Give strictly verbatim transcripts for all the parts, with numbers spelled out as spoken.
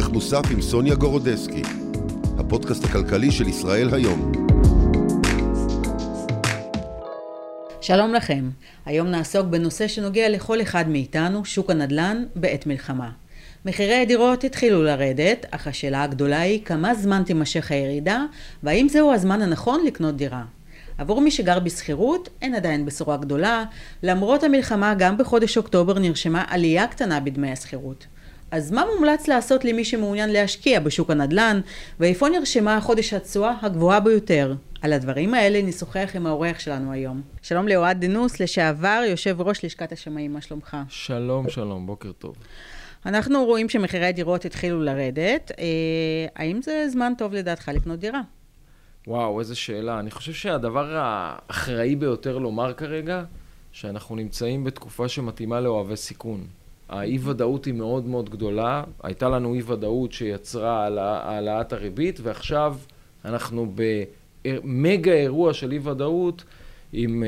ערך מוסף עם סוניה גורודסקי, הפודקאסט הכלכלי של ישראל היום. שלום לכם, היום נעסוק בנושא שנוגע לכל אחד מאיתנו, שוק הנדל"ן בעת מלחמה. מחירי הדירות התחילו לרדת, אך השאלה הגדולה היא כמה זמן תימשך הירידה, והאם זהו הזמן הנכון לקנות דירה. עבור מי שגר בסחירות, אין עדיין בשורה גדולה, למרות המלחמה גם בחודש אוקטובר נרשמה עלייה קטנה בדמי הסחירות. אז מה מומלץ לעשות למי שמעוניין להשקיע בשוק הנדל"ן, ואיפה נרשמה החודש התשואה הגבוהה ביותר? על הדברים האלה נשוחח עם האורח שלנו היום. שלום לאוהד דנוס, לשעבר יושב ראש לשכת השמאים, מה שלומך? שלום, שלום, בוקר טוב. אנחנו רואים שמחירי הדירות התחילו לרדת. אה, האם זה זמן טוב לדעתך לקנות דירה? וואו, איזה שאלה. אני חושב שהדבר האחראי ביותר לומר כרגע, שאנחנו נמצאים בתקופה שמתאימה לאוהבי סיכון. האי-ודאות היא מאוד מאוד גדולה. הייתה לנו אי-ודאות שיצרה העלאת הריבית, ועכשיו אנחנו במגה אירוע של אי-ודאות עם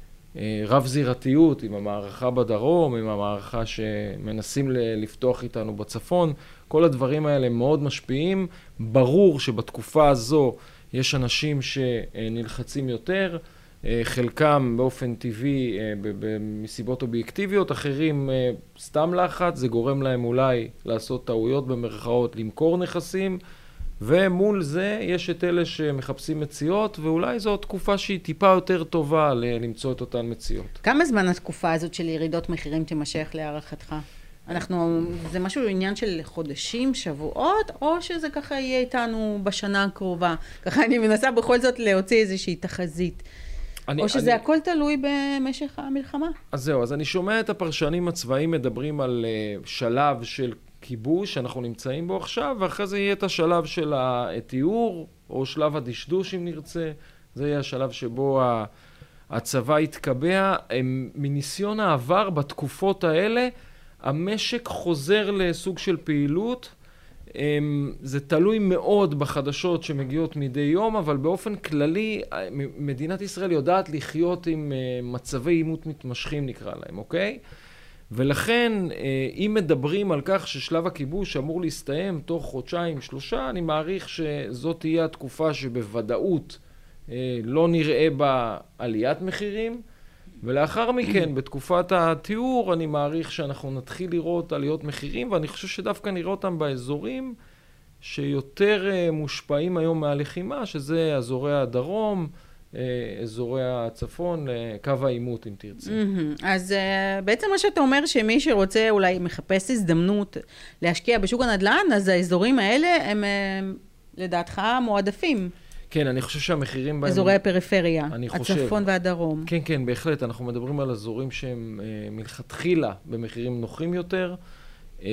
רב זירתיות, עם המערכה בדרום, עם המערכה שמנסים לפתוח איתנו בצפון. כל הדברים האלה מאוד משפיעים. ברור שבתקופה הזו יש אנשים שנלחצים יותר, חלקם באופן טבעי מסיבות אובייקטיביות, אחרים סתם לחץ, זה גורם להם אולי לעשות טעויות במרכאות, למכור נכסים, ומול זה יש את אלה שמחפשים מציאות, ואולי זו תקופה שהיא טיפה יותר טובה למצוא את אותן מציאות. כמה זמן התקופה הזאת של ירידות מחירים תימשך להערכתך? אנחנו, זה משהו עניין של חודשים, שבועות, או שזה ככה יהיה איתנו בשנה הקרובה? ככה אני מנסה בכל זאת להוציא איזושהי תחזית. אני, או שזה אני... הכל תלוי במשך המלחמה? אז זהו, אז אני שומע את הפרשנים הצבאיים מדברים על uh, שלב של כיבוש שאנחנו נמצאים בו עכשיו, ואחרי זה יהיה את השלב של התיאור, או שלב הדשדוש אם נרצה. זה יהיה השלב שבו ה... הצבא יתקבע. מניסיון העבר בתקופות האלה, המשק חוזר לסוג של פעילות. זה תלוי מאוד בחדשות שמגיעות מדי יום, אבל באופן כללי מדינת ישראל יודעת לחיות עם מצבי עימות מתמשכים נקרא להם, אוקיי? ולכן אם מדברים על כך ששלב הכיבוש אמור להסתיים תוך חודשיים, שלושה, אני מעריך שזאת תהיה התקופה שבוודאות לא נראה בה עליית מחירים, ולאחר מכן, בתקופת התיאור, אני מעריך שאנחנו נתחיל לראות עליות מחירים, ואני חושב שדווקא נראה אותם באזורים שיותר מושפעים היום מהלחימה, שזה אזורי הדרום, אזורי הצפון, קו העימות אם תרצה. אז בעצם מה שאתה אומר שמי שרוצה אולי מחפש הזדמנות להשקיע בשוק הנדל"ן, אז האזורים האלה הם לדעתך מועדפים. כן, אני חושב שהמחירים בהם... אזורי הפריפריה, חושב, הצפון והדרום. כן, כן, בהחלט. אנחנו מדברים על אזורים שהם אה, מלכתחילה במחירים נוחים יותר. אה,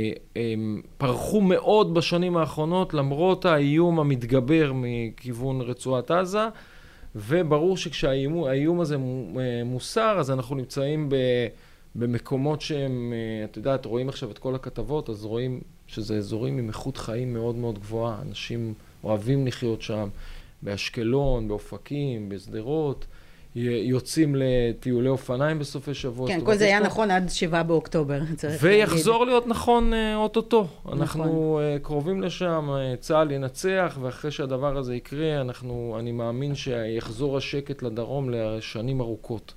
הם פרחו מאוד בשנים האחרונות, למרות האיום המתגבר מכיוון רצועת עזה, וברור שכשהאיום הזה מוסר, אז אנחנו נמצאים ב, במקומות שהם, את יודעת, רואים עכשיו את כל הכתבות, אז רואים שזה אזורים עם איכות חיים מאוד מאוד גבוהה. אנשים אוהבים לחיות שם, באשקלון, באופקים, בסדרות, יוצאים לטיולי אופניים בסופי שבוע. כן, כל זה היה נכון עד שבעה באוקטובר. ויחזור להיות נכון אוטוטו. אנחנו קרובים לשם, צה"ל ינצח, ואחרי שהדבר הזה יקרה, אנחנו, אני מאמין שיחזור השקט לדרום לשנים ארוכות.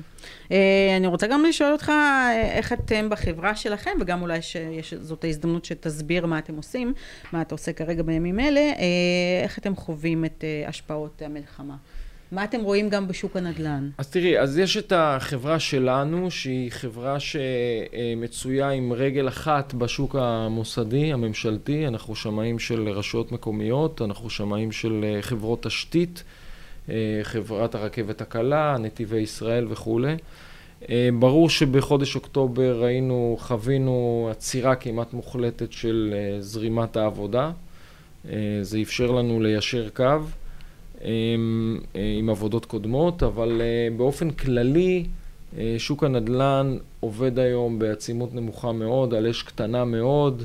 אני רוצה גם לשאול אותך איך אתם בחברה שלכם, וגם אולי שזאת ההזדמנות שתסביר מה אתם עושים, מה אתה עושה כרגע בימים אלה, איך אתם חווים את השפעות המלחמה? מה אתם רואים גם בשוק הנדל"ן? אז תראי, אז יש את החברה שלנו, שהיא חברה שמצויה עם רגל אחת בשוק המוסדי, הממשלתי. אנחנו שמאים של רשויות מקומיות, אנחנו שמאים של חברות תשתית, חברת הרכבת הקלה, נתיבי ישראל וכו'. ברור שבחודש אוקטובר ראינו, חווינו עצירה כמעט מוחלטת של זרימת העבודה. זה אפשר לנו ליישר קו עם, עם עבודות קודמות, אבל באופן כללי שוק הנדל"ן עובד היום בעצימות נמוכה מאוד, על אש קטנה מאוד.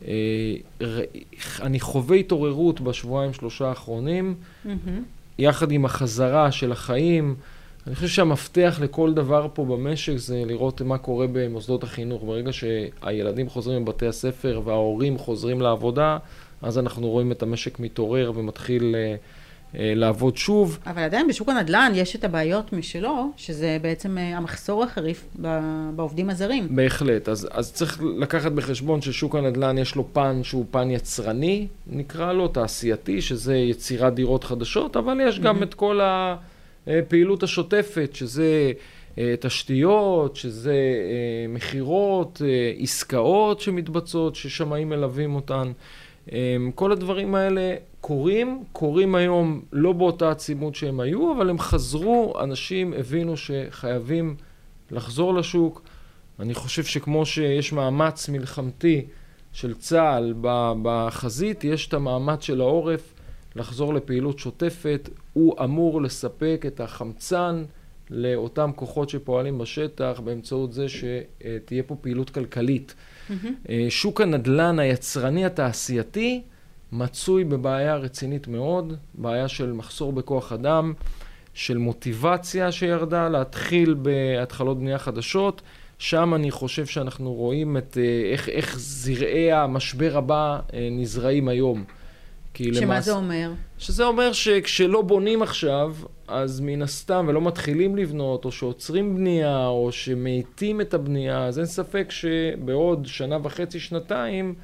אני חווה התעוררות בשבועיים שלושה האחרונים, mm-hmm. יחד עם החזרה של החיים, אני חושב שהמפתח לכל דבר פה במשק זה לראות מה קורה במוסדות החינוך. ברגע שהילדים חוזרים לבתי הספר וההורים חוזרים לעבודה, אז אנחנו רואים את המשק מתעורר ומתחיל לעבוד שוב. אבל עדיין בשוק הנדל"ן יש את הבעיות משלו, שזה בעצם המחסור החריף בעובדים הזרים. בהחלט. אז, אז צריך לקחת בחשבון ששוק הנדל"ן יש לו פן שהוא פן יצרני, נקרא לו, תעשייתי, שזה יצירת דירות חדשות, אבל יש גם mm-hmm. את כל הפעילות השוטפת, שזה תשתיות, שזה מחירות, עסקאות שמתבצעות, ששמאים מלווים אותן. כל הדברים האלה קורים, קורים היום לא באותה עצימות שהם היו, אבל הם חזרו, אנשים הבינו שחייבים לחזור לשוק. אני חושב שכמו שיש מאמץ מלחמתי של צה"ל בחזית, יש את המאמץ של העורף לחזור לפעילות שוטפת. הוא אמור לספק את החמצן לאותם כוחות שפועלים בשטח באמצעות זה שתהיה פה פעילות כלכלית. Mm-hmm. שוק הנדל"ן היצרני התעשייתי מצוי בבעיה רצינית מאוד, בעיה של מחסור בכוח אדם, של מוטיבציה שירדה להתחיל בהתחלות בנייה חדשות. שם אני חושב שאנחנו רואים את איך, איך זרעי המשבר הבא נזרעים היום. שמה למעש... זה אומר? שזה אומר שכשלא בונים עכשיו, אז מן הסתם ולא מתחילים לבנות, או שעוצרים בנייה, או שמאיטים את הבנייה, אז אין ספק שבעוד שנה וחצי, שנתיים,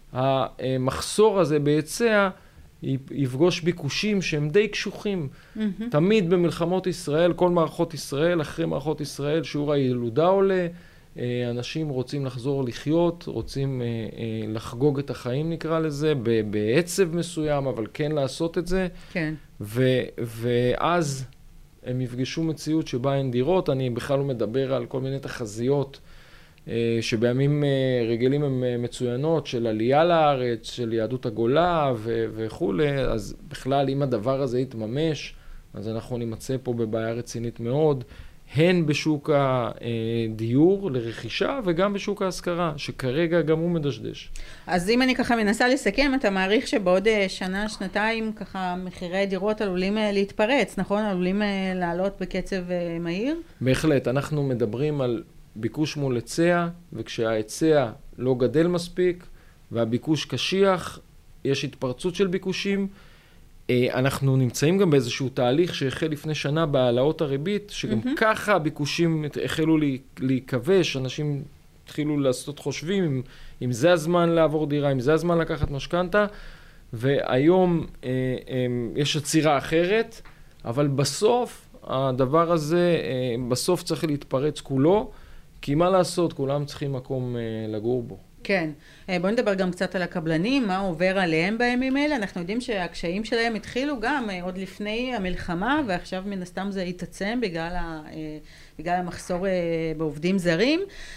המחסור הזה בהיצע יפגוש ביקושים שהם די קשוחים. Mm-hmm. תמיד במלחמות ישראל, כל מערכות ישראל, אחרי מערכות ישראל, שיעור הילודה עולה, אנשים רוצים לחזור לחיות, רוצים לחגוג את החיים נקרא לזה, בעצב מסוים, אבל כן לעשות את זה. כן. ו- ואז הם יפגשו מציאות שבה אין דירות. אני בכלל לא מדבר על כל מיני תחזיות שבימים רגילים הם מצוינות, של עלייה לארץ, של יהדות הגולה ו- וכו'. אז בכלל אם הדבר הזה יתממש, אז אנחנו נמצא פה בבעיה רצינית מאוד. הן בשוק הדיור לרכישה וגם בשוק ההשכרה, שכרגע גם הוא מדשדש. אז אם אני ככה מנסה לסכם, אתה מעריך שבעוד שנה, שנתיים, ככה מחירי דירות עלולים להתפרץ, נכון? עלולים לעלות בקצב מהיר? בהחלט, אנחנו מדברים על ביקוש מול היצע, וכשההיצע לא גדל מספיק, והביקוש קשיח, יש התפרצות של ביקושים, אנחנו נמצאים גם באיזשהו תהליך שהחל לפני שנה בהעלאות הריבית, שגם mm-hmm. ככה הביקושים החלו להיכבש, אנשים התחילו לעשות חושבים אם, אם זה הזמן לעבור דירה, אם זה הזמן לקחת משכנתה, והיום אה, אה, יש עצירה אחרת, אבל בסוף הדבר הזה, אה, בסוף צריך להתפרץ כולו, כי מה לעשות, כולם צריכים מקום אה, לגור בו. כן. בואו נדבר גם קצת על הקבלנים, מה עובר עליהם בימים האלה. אנחנו יודעים שהקשיים שלהם התחילו גם עוד לפני המלחמה, ועכשיו מן הסתם זה יתעצם בגלל, ה, בגלל המחסור בעובדים זרים.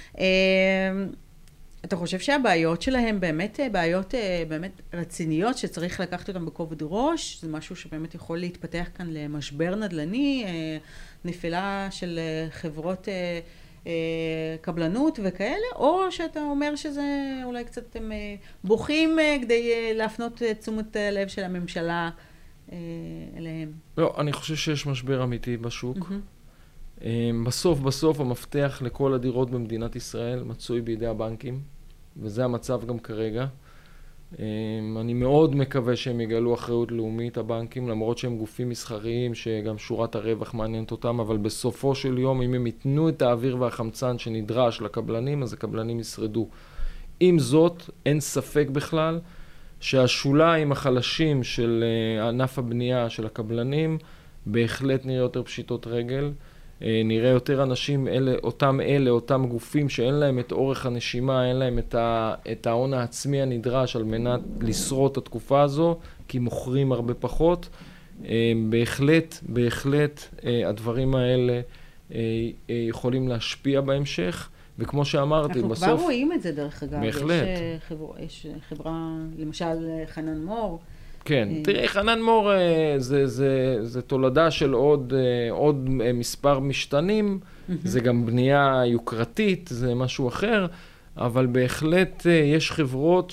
אתה חושב שהבעיות שלהם באמת בעיות באמת רציניות, שצריך לקחת אותם בכובד ראש? זה משהו שבאמת יכול להתפתח כאן למשבר נדל"ני, נפילה של חברות קבלנות וכאלה, או שאתה אומר שזה אולי קצת הם בוכים כדי להפנות תשומת הלב של הממשלה אליהם? לא, אני חושב שיש משבר אמיתי בשוק. Mm-hmm. בסוף בסוף המפתח לכל הדירות במדינת ישראל מצוי בידי הבנקים, וזה המצב גם כרגע. אני מאוד מקווה שהם יגלו אחריות לאומית, הבנקים, למרות שהם גופים מסחריים שגם שורת הרווח מעניינת אותם, אבל בסופו של יום, אם הם ייתנו את האוויר והחמצן שנדרש לקבלנים, אז הקבלנים ישרדו. עם זאת, אין ספק בכלל שהשוליים החלשים של ענף הבנייה של הקבלנים בהחלט נראה יותר פשיטות רגל, נראה יותר אנשים, אלה, אותם אלה, אותם גופים שאין להם את אורך הנשימה, אין להם את, ה, את ההון העצמי הנדרש על מנת לשרוד את התקופה הזו, כי מוכרים הרבה פחות. בהחלט, בהחלט הדברים האלה יכולים להשפיע בהמשך, וכמו שאמרתי, אנחנו בסוף... אנחנו כבר רואים את זה דרך אגב. בהחלט. יש חברה, יש חברה למשל חנן מור, כן, תראי, חנן מור זה, זה, זה תולדה של עוד, עוד מספר משתנים, זה גם בנייה יוקרתית, זה משהו אחר, אבל בהחלט יש חברות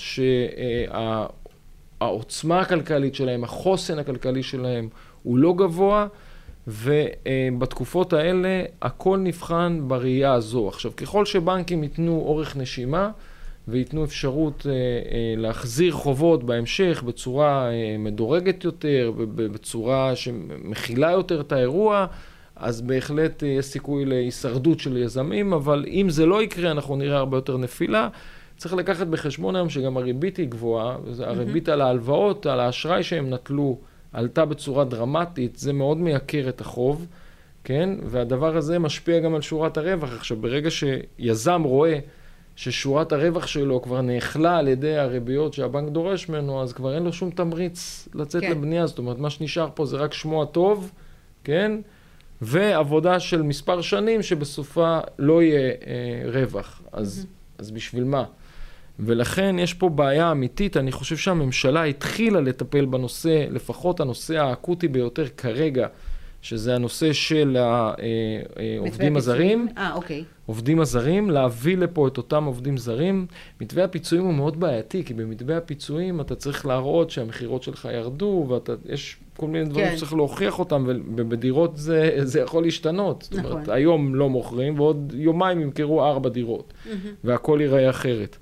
שהעוצמה הכלכלית שלהם, החוסן הכלכלי שלהם הוא לא גבוה, ובתקופות האלה הכל נבחן בראייה הזו. עכשיו, ככל שבנקים ייתנו אורך נשימה, וייתנו אפשרות להחזיר חובות בהמשך בצורה מדורגת יותר, בצורה שמכילה יותר את האירוע, אז בהחלט יש סיכוי להישרדות של יזמים, אבל אם זה לא יקרה, אנחנו נראה הרבה יותר נפילה. צריך לקחת בחשבון היום שגם הריבית היא גבוהה, הריבית על ההלוואות, על האשראי שהם נטלו, עלתה בצורה דרמטית, זה מאוד מייקר את החוב, כן? והדבר הזה משפיע גם על שורת הרווח. עכשיו, ברגע שיזם רואה ששורת הרווח שלו כבר נאכלה על ידי הריביות שהבנק דורש ממנו, אז כבר אין לו שום תמריץ לצאת כן. לבנייה. זאת אומרת, מה שנשאר פה זה רק שמו הטוב, כן? ועבודה של מספר שנים שבסופה לא יהיה אה, רווח. אז, mm-hmm. אז בשביל מה? ולכן יש פה בעיה אמיתית. אני חושב שהממשלה התחילה לטפל בנושא, לפחות הנושא האקוטי ביותר כרגע, שזה הנושא של העובדים הזרים. אה, אוקיי. עובדים הזרים, להביא לפה את אותם עובדים זרים. מתווה הפיצויים הוא מאוד בעייתי, כי במתווה הפיצויים אתה צריך להראות שהמחירות שלך ירדו, ויש כל מיני דברים כן. שצריך להוכיח אותם, ובדירות זה, זה יכול להשתנות. נכון. זאת אומרת, היום לא מוכרים, ועוד יומיים ימכרו ארבע דירות, mm-hmm. והכל ייראה אחרת.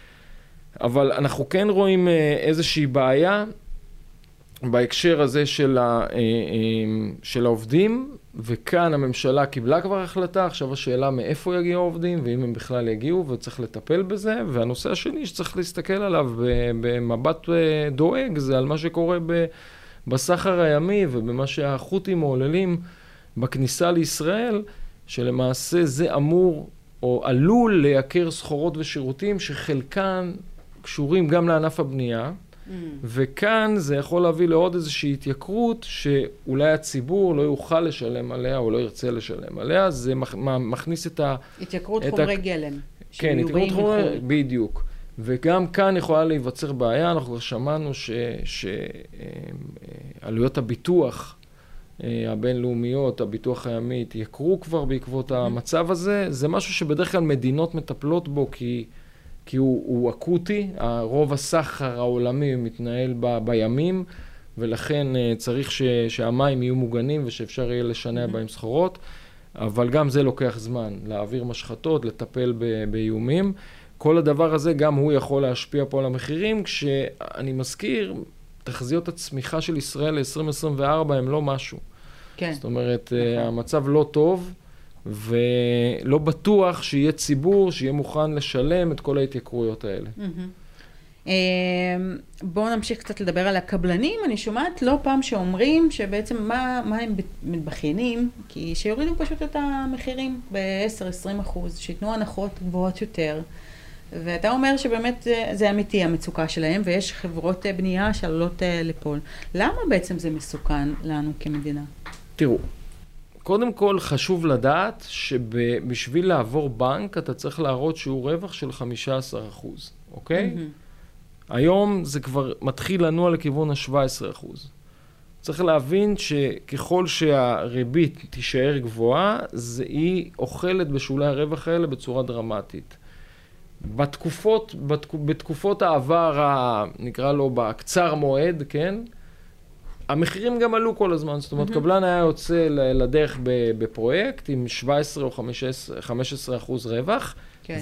אבל אנחנו כן רואים איזושהי בעיה, בהקשר הזה של, ה, של העובדים, וכאן הממשלה קיבלה כבר החלטה, עכשיו השאלה מאיפה יגיעו העובדים, ואם הם בכלל יגיעו, וצריך לטפל בזה, והנושא השני שצריך להסתכל עליו במבט דואג, זה על מה שקורה בסחר הימי, ובמה שהחות'ים מעוללים בכניסה לישראל, שלמעשה זה אמור, או עלול לייקר סחורות ושירותים, שחלקן קשורים גם לענף הבנייה, וכאן זה יכול להביא לעוד איזושהי התייקרות שאולי הציבור לא יוכל לשלם עליה או לא ירצה לשלם עליה, זה מכניס את ה... התייקרות חומרי גלם. כן, התייקרות חומרי, בדיוק. וגם כאן יכולה להיווצר בעיה, אנחנו כבר שמענו שעלויות הביטוח הבינלאומיות, הביטוח הימי, התייקרו כבר בעקבות המצב הזה, זה משהו שבדרך כלל מדינות מטפלות בו כי... כי הוא, הוא אקוטי, רוב הסחר העולמי מתנהל ב, בימים, ולכן צריך ש, שהמים יהיו מוגנים ושאפשר יהיה לשנע בהם סחורות, אבל גם זה לוקח זמן, להעביר משחטות, לטפל ב, באיומים. כל הדבר הזה גם הוא יכול להשפיע פה על המחירים, כשאני מזכיר, תחזיות הצמיחה של ישראל ל-עשרים עשרים וארבע הם לא משהו. כן. זאת אומרת, נכון. המצב לא טוב, ולא בטוח שיהיה ציבור שיהיה מוכן לשלם את כל ההתייקרויות האלה. בואו נמשיך קצת לדבר על הקבלנים. אני שומעת לא פעם שאומרים שבעצם מה, מה הם מתבכיינים, כי שיורידו פשוט את המחירים ב-עשרה עד עשרים אחוז, שיתנו הנחות גבוהות יותר. ואתה אומר שבאמת זה אמיתי המצוקה שלהם, ויש חברות בנייה שעלולות ליפול. למה בעצם זה מסוכן לנו כמדינה? תראו, קודם כל חשוב לדעת שבשביל לעבור בנק אתה צריך להראות שיעור רווח של חמישה עשר אחוז, אוקיי? Mm-hmm. היום זה כבר מתחיל לנוע לכיוון ה-שבעה עשר אחוז. צריך להבין שככל שהריבית תישאר גבוהה, זה היא אוכלת בשולי הרווח האלה בצורה דרמטית. בתקופות, בתק... בתקופות העבר, ה... נקרא לו בקצר מועד, כן? המחירים גם עלו כל הזמן, זאת אומרת, mm-hmm. קבלן היה יוצא לדרך בפרויקט עם שבע עשרה או חמש עשרה אחוז רווח, okay.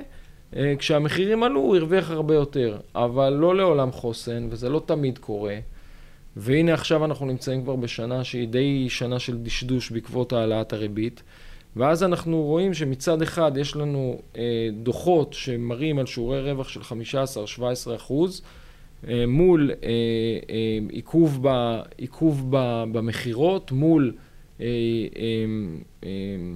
וכשהמחירים עלו הוא הרוויח הרבה יותר, אבל לא לעולם חוסן, וזה לא תמיד קורה. והנה עכשיו אנחנו נמצאים כבר בשנה שהיא די שנה של דשדוש בעקבות העלאת הריבית, ואז אנחנו רואים שמצד אחד יש לנו אה, דוחות שמראים על שיעורי רווח של חמישה עשר עד שבע עשרה אחוז, מול אה, אה, עיכוב, ב, עיכוב ב, במחירות, מול אה, אה, אה,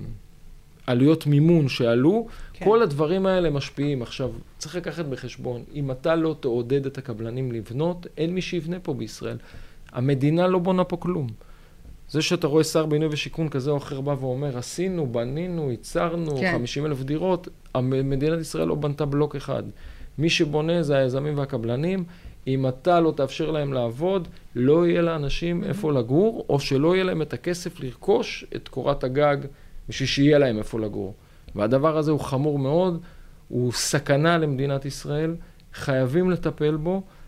עלויות מימון שעלו, כן. כל הדברים האלה משפיעים. עכשיו, צריך לקחת בחשבון, אם אתה לא תעודד את הקבלנים לבנות, אין מי שיבנה פה בישראל. המדינה לא בונה פה כלום. זה שאתה רואה שר בינוי ושיכון כזה או אחר בא ואומר, עשינו, בנינו, ייצרנו, כן. חמישים אלף דירות, מדינת ישראל לא בנתה בלוק אחד. מי שבונה זה היזמים והקבלנים, אם אתה לא תאפשר להם לעבוד, לא יהיה לאנשים איפה לגור, או שלא יהיה להם את הכסף לרכוש את קורת הגג, בשביל שיהיה להם איפה לגור. והדבר הזה הוא חמור מאוד, הוא סכנה למדינת ישראל, חייבים לטפל בו,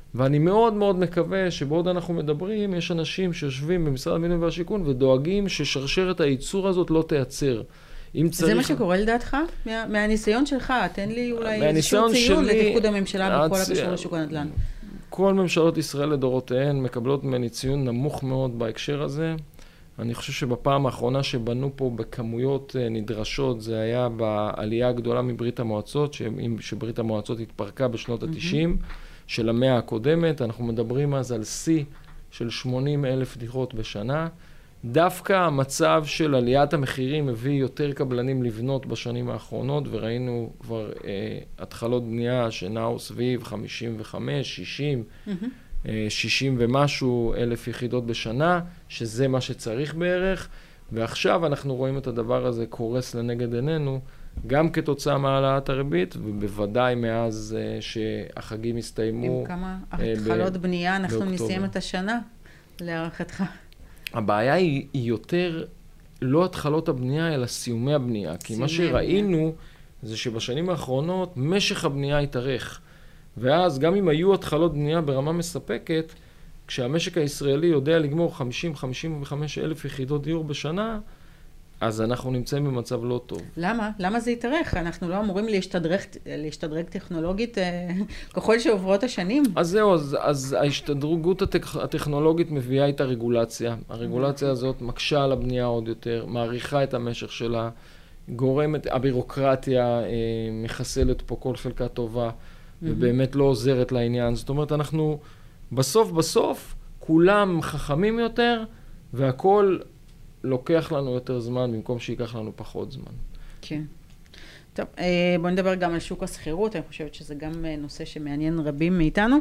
ואני מאוד מאוד מקווה שבעוד אנחנו מדברים, יש אנשים שיושבים במשרד הבינוי והשיכון ודואגים ששרשרת הייצור הזאת לא תייצר. אם צריך... זה מה שקורה לדעתך? מה, מהניסיון שלך, תן לי אולי איזשהו ציון שלי, לתפקוד הממשלה בכל הצ... הקשור לשוק הנדל"ן. כל ממשלות ישראל לדורותיהן מקבלות ממני ציון נמוך מאוד בהקשר הזה. אני חושב שבפעם האחרונה שבנו פה בכמויות נדרשות, זה היה בעלייה הגדולה מברית המועצות, שברית המועצות התפרקה בשנות ה-תשעים, של המאה הקודמת. אנחנו מדברים אז על שיא של שמונים אלף דירות בשנה. דווקא המצב של עליית המחירים הביא יותר קבלנים לבנות בשנים האחרונות, וראינו כבר אה, התחלות בנייה שנעו סביב חמישים וחמש, שישים, mm-hmm. אה, שישים ומשהו אלף יחידות בשנה, שזה מה שצריך בערך, ועכשיו אנחנו רואים את הדבר הזה קורס לנגד עינינו, גם כתוצאה מהעלאת הריבית, ובוודאי מאז אה, שהחגים הסתיימו. עם כמה התחלות אה, בנייה אנחנו באוקטובר. נסיים את השנה, להערכתך. הבעיה היא, היא יותר לא התחלות הבנייה, אלא סיומי הבנייה. כי מה שראינו זה שבשנים האחרונות משך הבנייה התארך. ואז גם אם היו התחלות בנייה ברמה מספקת, כשהמשק הישראלי יודע לגמור חמישים עד חמישים וחמש אלף יחידות דיור בשנה, אז אנחנו נמצאים במצב לא טוב. למה? למה זה יתארך? אנחנו לא אמורים להשתדרג, להשתדרג טכנולוגית ככל שעוברות השנים? אז זהו, אז, אז ההשתדרגות הטכ, הטכנולוגית מביאה איתה רגולציה. הרגולציה הזאת מקשה על הבנייה עוד יותר, מעריכה את המשך שלה, גורמת, הבירוקרטיה אה, מחסלת פה כל חלקה טובה, ובאמת לא עוזרת לעניין. זאת אומרת, אנחנו בסוף בסוף כולם חכמים יותר, והכל לוקח לנו יותר זמן, במקום שיקח לנו פחות זמן. כן. טוב, בואו נדבר גם על שוק השכירות, אני חושבת שזה גם נושא שמעניין רבים מאיתנו.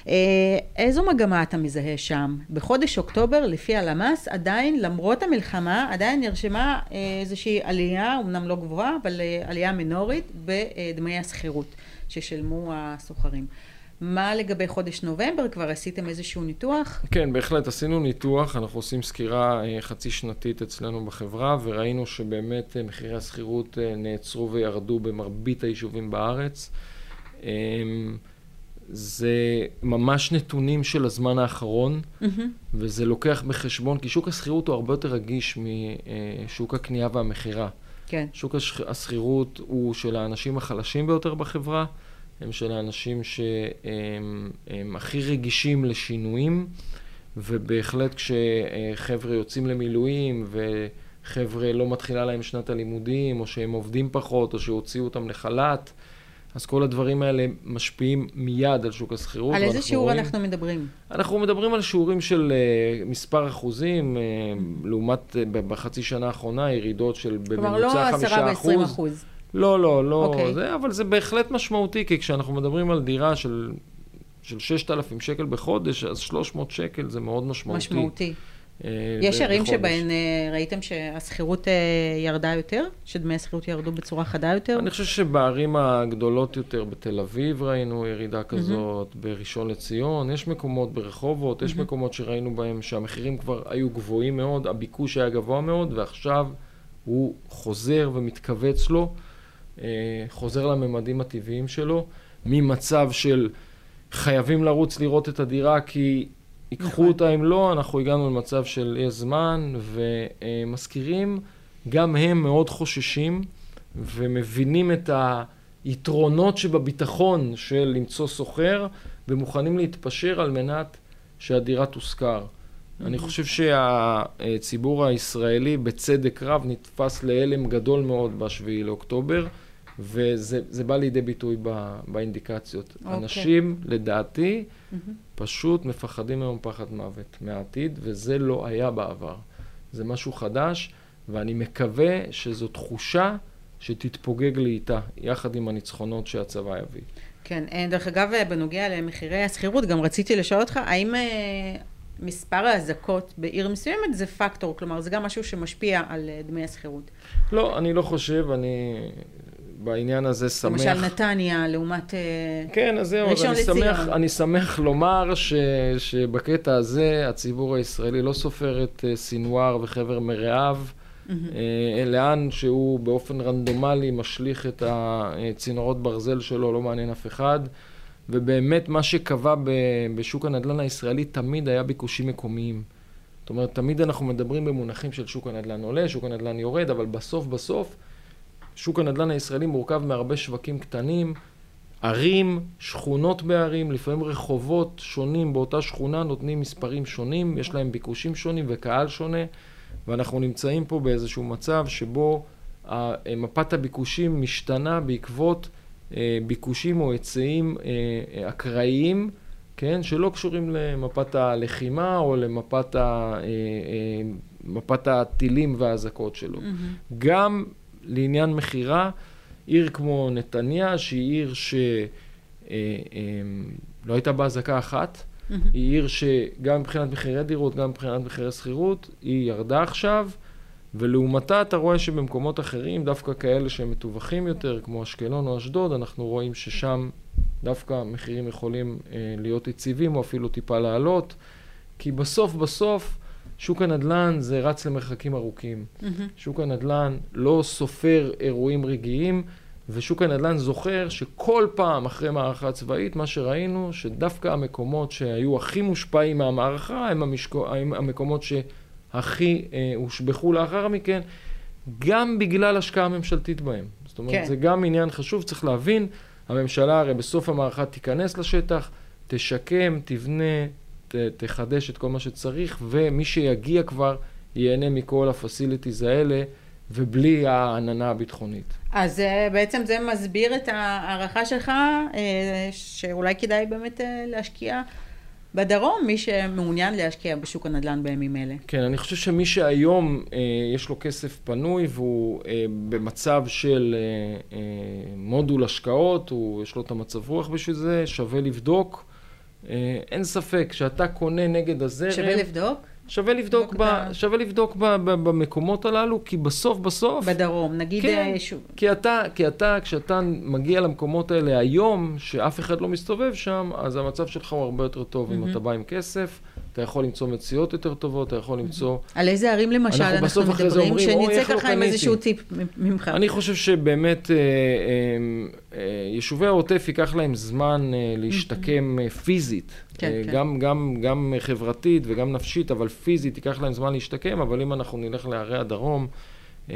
איזו מגמה אתה מזהה שם? בחודש אוקטובר, לפי הלמ"ס, עדיין, למרות המלחמה, עדיין נרשמה איזושהי עלייה, אמנם לא גבוהה, אבל עלייה מינורית בדמי השכירות ששלמו הסוחרים. מה לגבי חודש נובמבר? כבר עשיתם איזשהו ניתוח? כן, בהחלט עשינו ניתוח, אנחנו עושים סקירה חצי שנתית אצלנו בחברה, וראינו שבאמת מחירי השכירות נעצרו וירדו במרבית היישובים בארץ. זה ממש נתונים של הזמן האחרון, mm-hmm. וזה לוקח בחשבון, כי שוק השכירות הוא הרבה יותר רגיש משוק הקנייה והמחירה. כן. שוק השכירות הוא של האנשים החלשים ביותר בחברה, הם של האנשים שהם הם הכי רגישים לשינויים, ובהחלט כשחבר'ה יוצאים למילואים וחבר'ה לא מתחילה להם שנת הלימודים, או שהם עובדים פחות, או שהוציאו אותם לחל"ת, אז כל הדברים האלה משפיעים מיד על שוק השכירות. על איזה שיעור רואים, אנחנו מדברים? אנחנו מדברים על שיעורים של uh, מספר אחוזים, uh, לעומת uh, בחצי שנה האחרונה, ירידות של בממוצע חמישה אחוז. כלומר לא עשרה ועשרים אחוז. לא, לא, לא, okay. זה, אבל זה בהחלט משמעותי, כי כשאנחנו מדברים על דירה של, של ששת אלפים שקל בחודש, אז שלוש מאות שקל זה מאוד משמעותי. משמעותי. יש ערים שבהן ראיתם שהשכירות ירדה יותר? שדמי השכירות ירדו בצורה חדה יותר? אני חושב שבערים הגדולות יותר, בתל אביב ראינו ירידה כזאת, mm-hmm. בראשון לציון, יש מקומות ברחובות, mm-hmm. יש מקומות שראינו בהם שהמחירים כבר היו גבוהים מאוד, הביקוש היה גבוה מאוד, ועכשיו הוא חוזר ומתכווץ לו, חוזר לממדים הטבעיים שלו, ממצב של חייבים לרוץ לראות את הדירה כי ייקחו אותה אם לא, אנחנו הגענו למצב של יש זמן, ומזכירים, גם הם מאוד חוששים, ומבינים את היתרונות שבביטחון של למצוא סוחר, ומוכנים להתפשר על מנת שהדירה תושכר. אני חושב שהציבור הישראלי בצדק רב נתפס להלם גדול מאוד בשביעי לאוקטובר, וזה זה בא לידי ביטוי באינדיקציות. Okay. אנשים, לדעתי, mm-hmm. פשוט מפחדים היום פחד מוות מהעתיד, וזה לא היה בעבר. זה משהו חדש, ואני מקווה שזו תחושה שתתפוגג לי איתה, יחד עם הניצחונות שהצבא יביא. כן, דרך אגב, בנוגע למחירי השכירות, גם רציתי לשאול אותך, האם מספר ההזקות בעיר מסוימת זה פקטור? כלומר, זה גם משהו שמשפיע על דמי השכירות. לא, אני לא חושב, אני בעניין הזה שמח. למשל נתניה, לעומת כן, אז זהו, אז אני שמח, אני שמח לומר ש, שבקטע הזה הציבור הישראלי לא סופר את סינואר וחבר מרעיו, mm-hmm. לאן שהוא באופן רנדומלי משליך את הצינורות ברזל שלו, לא מעניין אף אחד. ובאמת מה שקבע בשוק הנדל"ן הישראלי תמיד היה ביקושים מקומיים. זאת אומרת, תמיד אנחנו מדברים במונחים של שוק הנדל"ן עולה, שוק הנדל"ן יורד, אבל בסוף בסוף שוק הנדל"ן הישראלי מורכב מהרבה שווקים קטנים, ערים, שכונות בערים, לפעמים רחובות שונים באותה שכונה נותנים מספרים שונים, יש להם ביקושים שונים וקהל שונה, ואנחנו נמצאים פה באיזשהו מצב שבו מפת הביקושים משתנה בעקבות ביקושים או היצעים אקראיים, כן, שלא קשורים למפת הלחימה או למפת ה, מפת הטילים וההזקות שלו. Mm-hmm. גם לעניין מחירה, עיר כמו נתניה, שהיא עיר שלא הייתה בה הזקה אחת, mm-hmm. היא עיר שגם מבחינת מחירי דירות, גם מבחינת מחירי שכירות, היא ירדה עכשיו, ולעומתה אתה רואה שבמקומות אחרים, דווקא כאלה שהם מטווחים יותר, כמו אשקלון או אשדוד, אנחנו רואים ששם דווקא המחירים יכולים אה, להיות יציבים או אפילו טיפה לעלות, כי בסוף בסוף שוק הנדל"ן זה רץ למרחקים ארוכים. Mm-hmm. שוק הנדל"ן לא סופר אירועים רגעיים, ושוק הנדל"ן זוכר שכל פעם אחרי מערכה צבאית, מה שראינו, שדווקא המקומות שהיו הכי מושפעים מהמערכה, הם, המשקו, הם המקומות שהכי אה, הושבחו לאחר מכן, גם בגלל השקעה ממשלתית בהם. זאת אומרת, כן. זה גם עניין חשוב, צריך להבין, הממשלה הרי בסוף המערכה תיכנס לשטח, תשקם, תבנה, ת, תחדש את כל מה שצריך, ומי שיגיע כבר ייהנה מכל הפסיליטיז האלה, ובלי העננה הביטחונית. אז בעצם זה מסביר את הערכה שלך, שאולי כדאי באמת להשקיע בדרום, מי שמעוניין להשקיע בשוק הנדל"ן בימים אלה. כן, אני חושב שמי שהיום אה, יש לו כסף פנוי, והוא אה, במצב של אה, אה, מודול השקעות, הוא, יש לו את המצב רוח בשביל זה, שווה לבדוק. אה, אין ספק שאתה קונה נגד הזרם. שווה לבדוק? שווה לבדוק, ב, שווה לבדוק ב, ב, במקומות הללו, כי בסוף בסוף... בדרום, נגיד... כן, שוב. כי אתה, כי אתה, כשאתה מגיע למקומות האלה היום, שאף אחד לא מסתובב שם, אז המצב שלך הוא הרבה יותר טוב. Mm-hmm. אם אתה בא עם כסף, אתה יכול למצוא מציאות יותר טובות, אתה יכול למצוא... על איזה ערים למשל אנחנו, אנחנו מדברים, שנצא ככה עם איזשהו טיפ ממך. אני חושב שבאמת אה, אה, אה, יישובי העוטף ייקח להם זמן אה, להשתקם אה, פיזית. כן, אה, כן. גם, גם, גם חברתית וגם נפשית, אבל פיזית ייקח להם זמן להשתקם, אבל אם אנחנו נלך לערי הדרום, אה,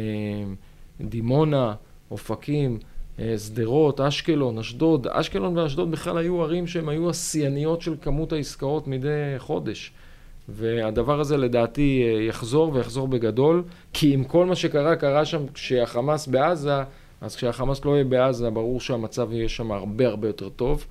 דימונה, אופקים, סדרות, אשקלון, אשדוד. אשקלון ואשדוד בכלל היו ערים שהן היו השיאניות של כמות העסקאות מדי חודש. והדבר הזה לדעתי יחזור ויחזור בגדול, כי עם כל מה שקרה, קרה שם כשהחמאס בעזה, אז כשהחמאס לא יהיה בעזה, ברור שהמצב יהיה שם הרבה הרבה יותר טוב.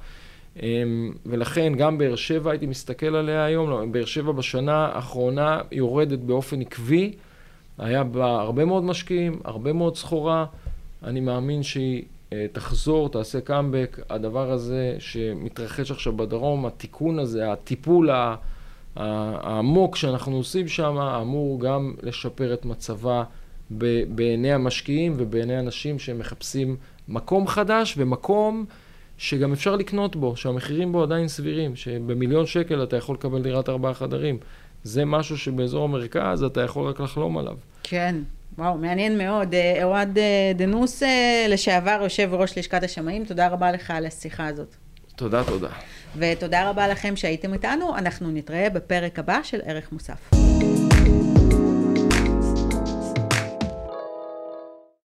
ולכן גם באר שבע, הייתי מסתכל עליה היום, באר שבע בשנה האחרונה יורדת באופן עקבי, היה בה הרבה מאוד משקיעים, הרבה מאוד סחורה, אני מאמין שהיא תחזור, תעשה קאמבק. הדבר הזה שמתרחש עכשיו בדרום, התיקון הזה, הטיפול העמוק שאנחנו עושים שם, אמור גם לשפר את מצבה בעיני המשקיעים ובעיני אנשים שמחפשים מקום חדש ומקום שגם אפשר לקנות בו, שהמחירים בו עדיין סבירים, שבמיליון שקל אתה יכול לקבל דירת ארבעה חדרים. זה משהו שבאזור המרכז אתה יכול רק לחלום עליו. כן. וואו, מעניין מאוד. אוהד דנוס, לשעבר יושב ראש לשכת השמאים, תודה רבה לך על השיחה הזאת. תודה, תודה. ותודה רבה לכם שהייתם איתנו, אנחנו נתראה בפרק הבא של ערך מוסף.